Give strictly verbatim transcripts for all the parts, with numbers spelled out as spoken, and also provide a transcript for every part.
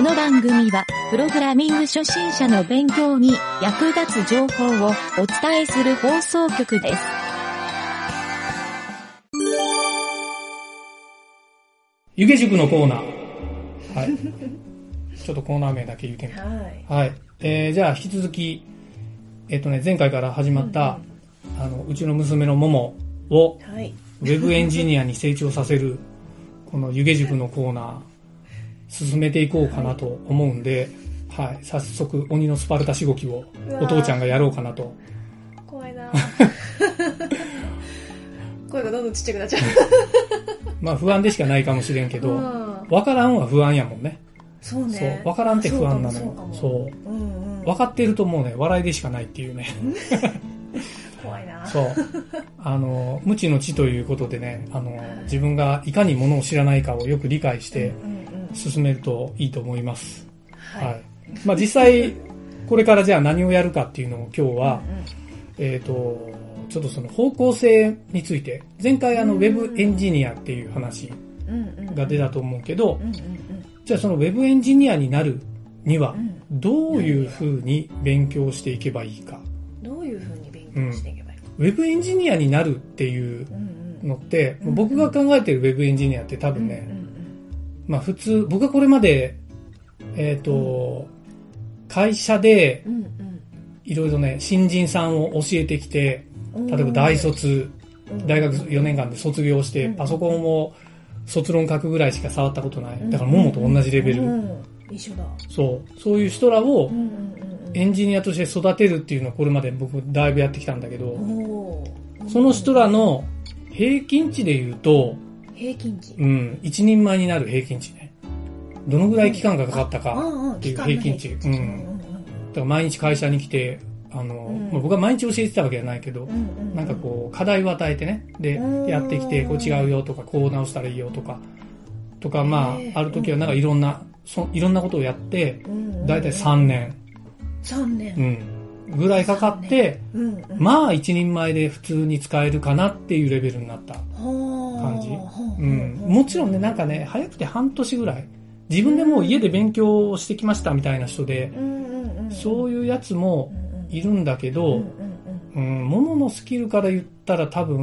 の番組は、プログラミング初心者の勉強に役立つ情報をお伝えする放送局です。 湯気塾のコーナー。はい。ちょっとコーナー名だけ言ってみて。はい。はい。えー、じゃあ、引き続き、えっとね、前回から始まった、うんうん、あの、うちの娘のももを、はい、ウェブエンジニアに成長させる、この湯気塾のコーナー、進めていこうかなと思うんで、はい、はい、早速、鬼のスパルタしごきを、お父ちゃんがやろうかなと。 怖いな声がどんどんちっちゃくなっちゃう。 まあ、不安でしかないかもしれんけど、わからんは不安やもんね。 そうね。 そう。わからんって不安なのよ。そう。うんうん、わかってるともうね、笑いでしかないっていうね。 怖いな。 そう。あの、無知の知ということでね、あの、自分がいかにものを知らないかをよく理解して進めるといいと思います。はい。はい、まあ実際、これからじゃあ何をやるかっていうのを今日は、うんうん、えっと、ちょっとその方向性について、前回あの、ウェブエンジニアっていう話が出たと思うけど、じゃあそのウェブエンジニアになるには、どういうふうに勉強していけばいいか。 どういうふうに勉強していけばいいか。 うん、ウェブエンジニアになるっていうのって、うんうん、僕が考えてるウェブエンジニアって多分ね、うんうんうん、まあ普通、僕がこれまで、えっと、うん、会社で、いろいろね、新人さんを教えてきて、例えば大卒、大学よねんかんで卒業して、パソコンを卒論書くぐらいしか触ったことない。だからももと同じレベル。 一緒だ。 そう。そういう人らをエンジニアとして育てるっていうのをこれまで僕だいぶやってきたんだけど、その人らの平均値で言うと、 平均値うん。一人前になる平均値ね。どのぐらい期間がかかったかっていう平均値。うん。だから毎日会社に来て、あの、うん、僕は毎日教えてたわけじゃないけど、うんうんうん、なんかこう、課題を与えてね、で、やってきて、こう違うよとか、こう直したらいいよとか、とか、まあ、ある時はなんかいろんな、そいろんなことをやって、だいたいさんねん。 さんねん。 うん。ぐらいかかって、うんうん、まあ一人前で普通に使えるかなっていうレベルになった感じ。うん。もちろんね、なんかね、早くて半年ぐらい、自分でもう家で勉強をしてきましたみたいな人で、そういうやつも、いるんだけど、うん、もののスキルから言ったら多分、うん、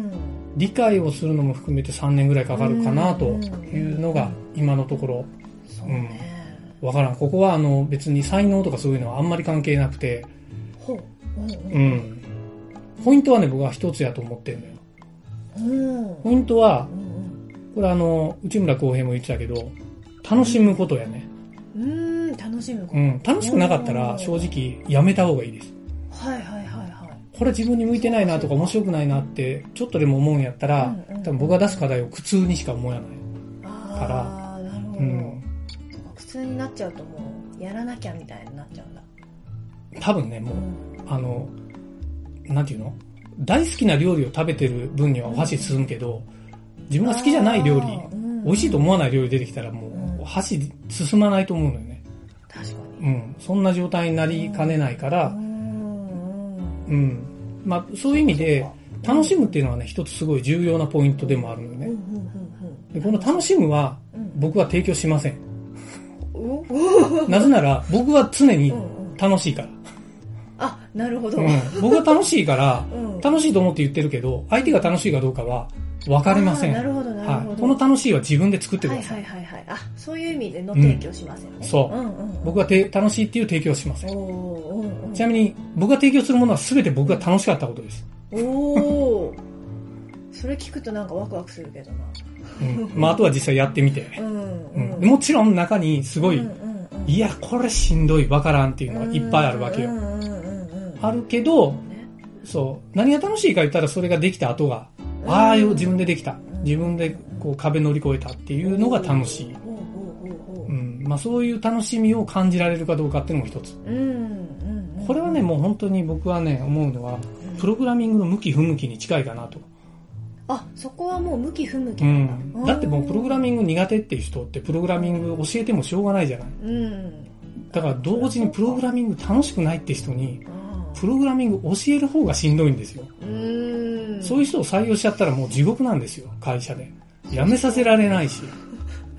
理解をするのも含めてさんねんぐらいかかるかなというのが今のところ、うん、わからん。ここはあの別に才能とかそういうのはあんまり関係なくて、うん、ポイントはね、僕は一つやと思ってるのよ。ポイントは、これあの、内村航平も言ってたけど、楽しむことやね。 うん楽しむこと、 うん、楽しくなかったら正直やめた方がいいです。 はいはいはいはい。 これ自分に向いてないなとか面白くないなってちょっとでも思うんやったら、うんうん、多分僕が出す課題を苦痛にしか思わないから。 ああなるほど、うん。苦痛になっちゃうともうやらなきゃみたいになっちゃうんだ。多分ねもう、うん、あのなんていうの大好きな料理を食べてる分にはお箸進むけど、自分が好きじゃない料理、うん、美味しいと思わない料理出てきたらもう、うん箸進まないと思うのよね。 確かに。 うん。そんな状態になりかねないから、うん。うん、まあ、そういう意味で、楽しむっていうのはね、一つすごい重要なポイントでもあるのよね。でこの楽しむは、僕は提供しません。なぜなら、僕は常に楽しいから。 あ、なるほど。 うん、僕は楽しいから、楽しいと思って言ってるけど、相手が楽しいかどうかは、わかりません。 なるほど、なるほど、 はい。この楽しいは自分で作ってください。 はいはいはいはい。あ、そういう意味での提供しませんね。 うん、そう、うんうんうん。僕はて楽しいっていう提供をしません。おー、ちなみに、僕が提供するものは全て僕が楽しかったことです。 おー。それ聞くとなんかワクワクするけどな。 うん。まあ、あとは実際やってみて。うんうんうん、もちろん中にすごい、うんうんうん、いや、これしんどい、わからんっていうのがいっぱいあるわけよ。うんうんうんうん、あるけど、ね、そう、何が楽しいか言ったらそれができた後が、ああ、自分でできた。自分でこう壁乗り越えたっていうのが楽しい。うん、まあそういう楽しみを感じられるかどうかっていうのも一つ。これはね、もう本当に僕はね、思うのは、プログラミングの向き不向きに近いかなと。 あ、そこはもう向き不向きなんだ。 うん。だってもうプログラミング苦手っていう人ってプログラミング教えてもしょうがないじゃない。うん。だから同時にプログラミング楽しくないって人に、プログラミング教える方がしんどいんですよ。うーん、そういう人を採用しちゃったらもう地獄なんですよ、会社で。辞めさせられないし。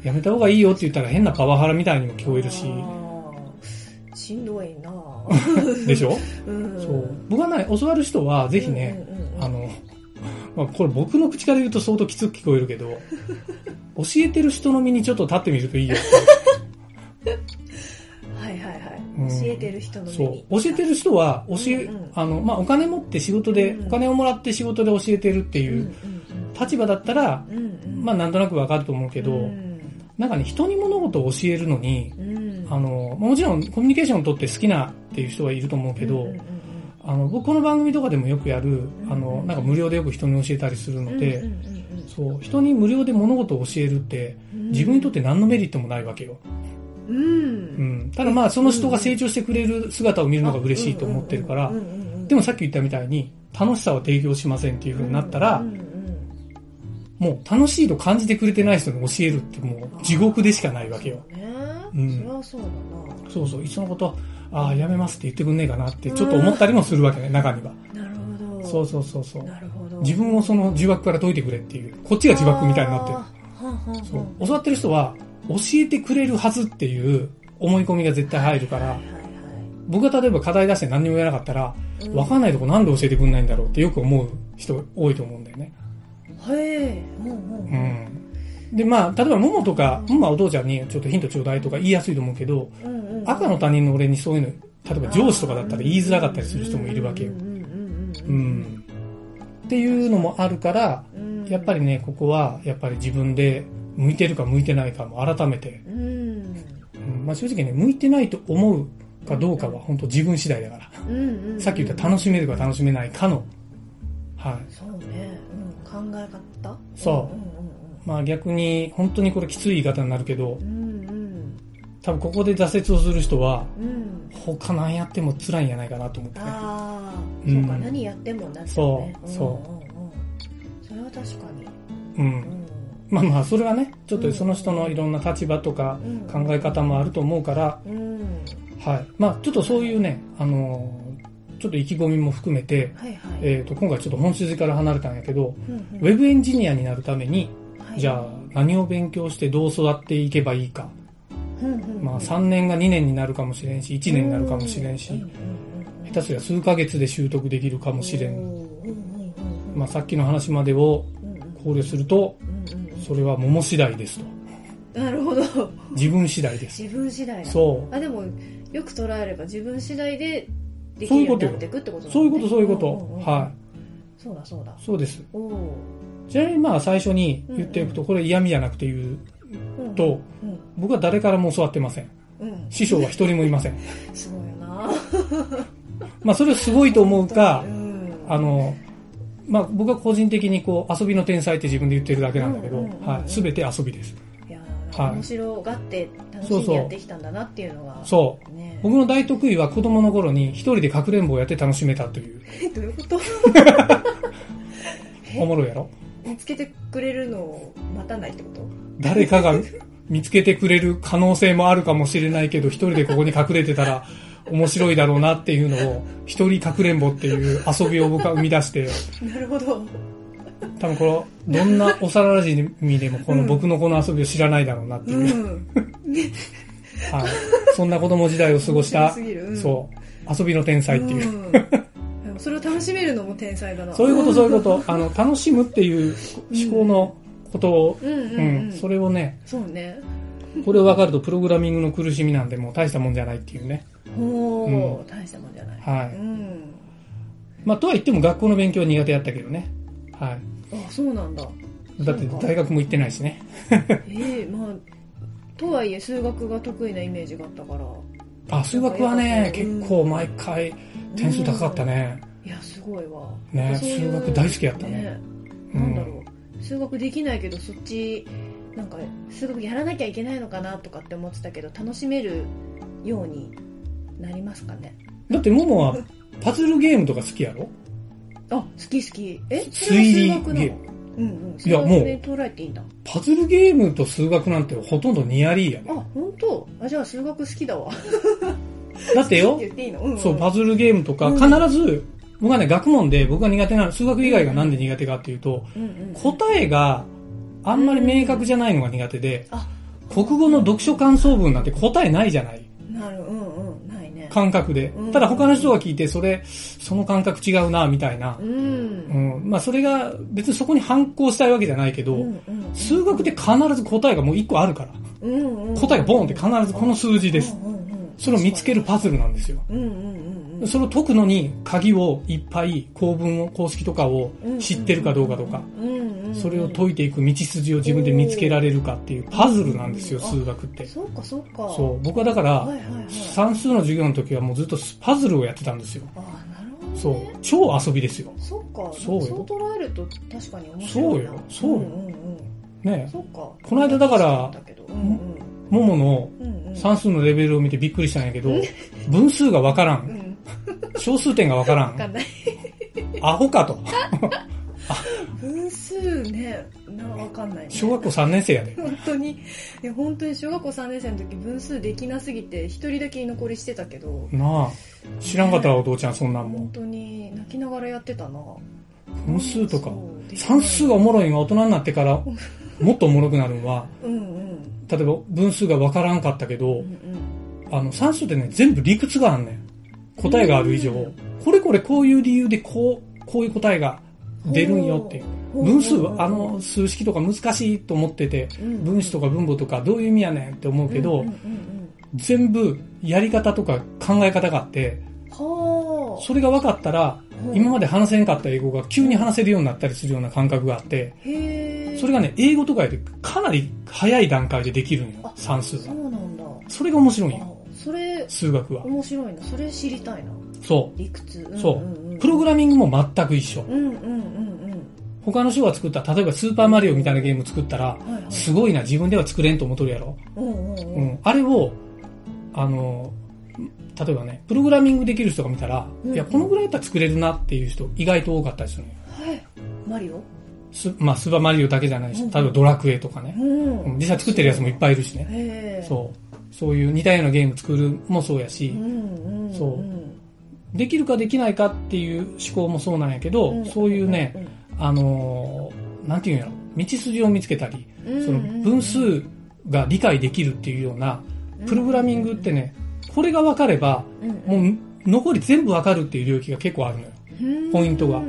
やめた方がいいよって言ったら変なパワハラみたいにも聞こえるし。 しんどいなでしょ、 うん、 そう。僕がね、教わる人はぜひね、うんうんうん、あの、まあ、これ僕の口から言うと相当きつく聞こえるけど、教えてる人の身にちょっと立ってみるといいよって。 はいはいはい。うん、教えてる人の身に。 そう。教えてる人は、教え、うんうん、あの、まあ、お金持って仕事で、うんうん、お金をもらって仕事で教えてるっていう立場だったら、うんうん、まあ、なんとなくわかると思うけど、うん、なんかね、人に物事を教えるのに、うん、あの、もちろんコミュニケーションを取って好きなっていう人はいると思うけど、うんうんうん、あの、僕この番組とかでもよくやる、あの、なんか無料でよく人に教えたりするので、うんうんうんうん、そう、人に無料で物事を教えるって、自分にとって何のメリットもないわけよ。うん。うん。ただまあ、その人が成長してくれる姿を見るのが嬉しいと思ってるから、でもさっき言ったみたいに、楽しさは提供しませんっていう風になったら、うんうんうん、もう楽しいと感じてくれてない人に教えるってもう地獄でしかないわけよ。 ね、うん。それはそうだな。 そうそう、いっそのこと、ああ、やめますって言ってくんねえかなってちょっと思ったりもするわけね、中には。 なるほど。 そうそうそうそう。 なるほど。 自分をその呪縛から解いてくれっていう、こっちが呪縛みたいになってる。そう。教わってる人は、教えてくれるはずっていう思い込みが絶対入るから、はいはいはい、僕が例えば課題出して何にも言わなかったら、うん、わかんないとこなんで教えてくんないんだろうってよく思う人多いと思うんだよね。 へぇ、もうもう。うん。 で、まあ、例えば、ももとか、ももはお父ちゃんにちょっとヒントちょうだいとか言いやすいと思うけど、うんうんうん、赤の他人の俺にそういうの、例えば上司とかだったら言いづらかったりする人もいるわけよ。うん。っていうのもあるから、やっぱりね、ここは、やっぱり自分で向いてるか向いてないかも改めて。うん。うん、まあ正直ね、向いてないと思うかどうかは本当自分次第だから。うんうんうん、さっき言った楽しめるか楽しめないかの、はい。 そうね。うん、考え方そう。うんうんうん、まあ逆に、本当にこれきつい言い方になるけど、うんうん、多分ここで挫折をする人は、うん、他何やっても辛いんじゃないかなと思ってね。 ああ、うん、そうか、何やってもなっちゃうね。 そう、そう、うんうんうん。 それは確かに。 うん。うん、まあまあ、それはね、ちょっとその人のいろんな立場とか考え方もあると思うから、うん、はい。まあちょっとそういうね、あのー、ちょっと意気込みも含めて、はいはい、えっと、今回ちょっと本筋から離れたんやけど、うんうん、ウェブエンジニアになるために、はい、じゃあ何を勉強してどう育っていけばいいか。うんうんうん、まあさんねんがにねんになるかもしれんし、いちねんになるかもしれんし、うんうんうん、下手すりゃ数ヶ月で習得できるかもしれん。うんうんうん、まあさっきの話までを考慮すると、うんうん、それは桃次第ですと。なるほど。 自分次第です。 自分次第だ。 そう。 あ、でもよく捉えれば自分次第でできるようになっていくってことだね。 そういうこと、そういうこと、うんうんうん、はい。 そうだそうだ。 そうです。おちなみにまあ最初に言っておくと、これ嫌味じゃなくて言うと、うんうん、僕は誰からも教わってません。うん、師匠は一人もいません。 すごいよな。 まあそれをすごいと思うか、うん、あの、まあ僕は個人的にこう遊びの天才って自分で言ってるだけなんだけど、はい、全て遊びです。 いやー、面白がって楽しんでやってきたんだなっていうのが、 そう、ね、僕の大得意は子供の頃に一人でかくれんぼをやって楽しめたという。 え、どういうことおもろいやろ。 見つけてくれるのを待たないってこと？ 誰かが見つけてくれる可能性もあるかもしれないけど、一人でここに隠れてたら面白いだろうなっていうのを、一人かくれんぼっていう遊びを僕は生み出して。 なるほど。 多分この、どんな幼馴染でもこの僕のこの遊びを知らないだろうなっていう。うん、はい。そんな子供時代を過ごした、うん、そう、遊びの天才っていう。うんそれを楽しめるのも天才だな。 そういうこと、そういうこと。あの、楽しむっていう思考のことを、うん、うんうんうん、それをね、 そうね。 これを分かるとプログラミングの苦しみなんでもう大したもんじゃないっていうね。 おー、うん、大したもんじゃない。 はい。うん、まあ、とは言っても学校の勉強は苦手やったけどね。はい。 あ、そうなんだ。 だって大学も行ってないしね。 ええー、まあ、とはいえ数学が得意なイメージがあったから。 あ、数学はね、結構毎回点数高かったね。 いや、すごいわ。 ね、数学大好きやったね。ね、 なんだろう、うん。数学できないけど、そっち、なんか、数学やらなきゃいけないのかなとかって思ってたけど、楽しめるようになりますかね。 だって、ももはパズルゲームとか好きやろ？ あ、好き好き。え？ 推理ゲーム。 うんうん。いや、もう、捉えていいんだ。 パズルゲームと数学なんてほとんどニアリーやね。 あ、本当？あ、じゃあ数学好きだわ。 だってよ、 言っていいの？うんうん、 そう、パズルゲームとか、必ず、僕はね、学問で僕が苦手なの、数学以外がなんで苦手かっていうと、うんうん、答えがあんまり明確じゃないのが苦手で、 国語の読書感想文なんて答えないじゃない。 なる、うんうん、ないね。 感覚で。ただ他の人が聞いて、それ、その感覚違うな、みたいな。 うん。 うん。まあそれが、別にそこに反抗したいわけじゃないけど、うんうん、数学って必ず答えがもう一個あるから。うんうん、答えがボーンって必ずこの数字です。うんうんうん、それを見つけるパズルなんですよ。うんうんうんうん、それを解くのに鍵をいっぱい構文を公式とかを知ってるかどうかとか、それを解いていく道筋を自分で見つけられるかっていうパズルなんですよ、数学って。 そうかそうか。 そう。僕はだから、はいはいはい、算数の授業の時はもうずっとパズルをやってたんですよ。 ああ、なるほど、ね。 そう。超遊びですよ。 そっか。 そうよ。 そう捉えると確かに面白いな。 そうよ。そうよ。うんうんうん、ねえ。 そうか。 この間だから、うんうん、ももの算数のレベルを見てびっくりしたんやけど、うん、分数がわからん。うん、小数点がわからん。 わかんない。 アホかと。 分数ね、な、わかんない、ね。 小学校さんねん生やで。 本当に、いや本当に小学校さんねん生の時分数できなすぎて一人だけ居残りしてたけど。 なあ。知らんかったわ、ね、お父ちゃんそんなんもん。 本当に泣きながらやってたな。 分数とか。算数がおもろいのは大人になってからもっとおもろくなるのは、うんうん、例えば分数がわからんかったけど、うんうん、あの算数ってね、全部理屈があんねん。答えがある以上、これこれこういう理由でこう、こういう答えが出るんよっていう。分数は、あの、数式とか難しいと思ってて、分子とか分母とかどういう意味やねんって思うけど、全部やり方とか考え方があって、それが分かったら、今まで話せんかった英語が急に話せるようになったりするような感覚があって、それがね、英語とかよりかなり早い段階でできるんよ、算数が。 そうなんだ。 それが面白いんよ。 それ、 数学は。 面白いな。それ知りたいな。 そう。 理屈。うんうんうん、 そう。プログラミングも全く一緒。 うんうんうんうん。 他の人が作った、例えばスーパーマリオみたいなゲーム作ったら、はいはい、すごいな、自分では作れんと思っとるやろ。うんうんうんうん、あれを、あの、例えばね、プログラミングできる人が見たら、うんうん、いや、このぐらいだったら作れるなっていう人、意外と多かったりするね。 はい。マリオす、まあ、スーパーマリオだけじゃないし、うんうん、例えばドラクエとかね、うん。実際作ってるやつもいっぱいいるしね。へそう。そういう似たようなゲーム作るもそうやし、うんうんうん、そう。できるかできないかっていう思考もそうなんやけど、うんうんうん、そういうね、あのー、なんていうんやろ、道筋を見つけたり、うんうんうん、その分数が理解できるっていうような、プログラミングってね、これが分かれば、うんうん、もう残り全部分かるっていう領域が結構あるのよ。うん、ポイントが。うん。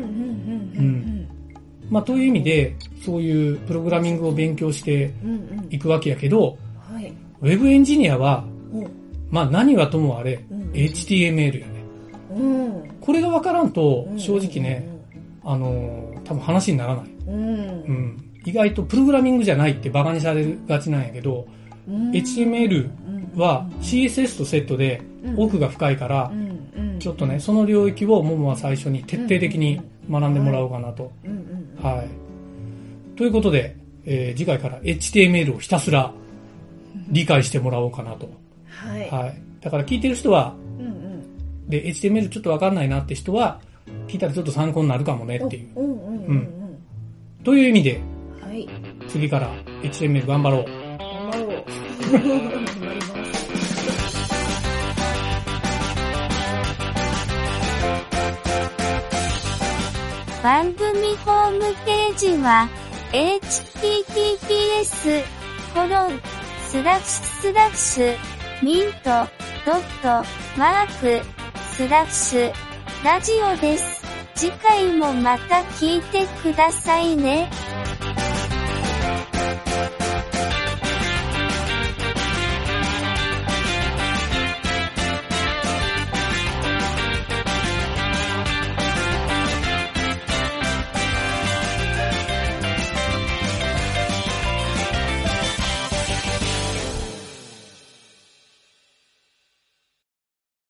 まあ、という意味で、そういうプログラミングを勉強していくわけやけど、うんうんはい、ウェブエンジニアは、うん、まあ何はともあれ、うんうん、エイチティーエムエル やね。うん、これが分からんと、正直ね、うんうんうん、あのー、多分話にならない、うんうん。意外とプログラミングじゃないってバカにされがちなんやけど、うん、エイチティーエムエル は シーエスエス とセットで奥が深いから、うんうん、ちょっとね、その領域をももは最初に徹底的に学んでもらおうかなと。はい。ということで、えー、次回から エイチティーエムエル をひたすら理解してもらおうかなと。はい。はい。だから聞いてる人は、うんうん、で、エイチティーエムエル ちょっとわかんないなって人は、聞いたらちょっと参考になるかもねっていう。うんうんうんうん。という意味で、はい。次から エイチティーエムエル 頑張ろう。 頑張ろう。頑張ります。 番組ホームページは エイチティーティーピーエスコロンスラッシュスラッシュミントドットマークスラッシュラジオです。次回もまた聞いてくださいね。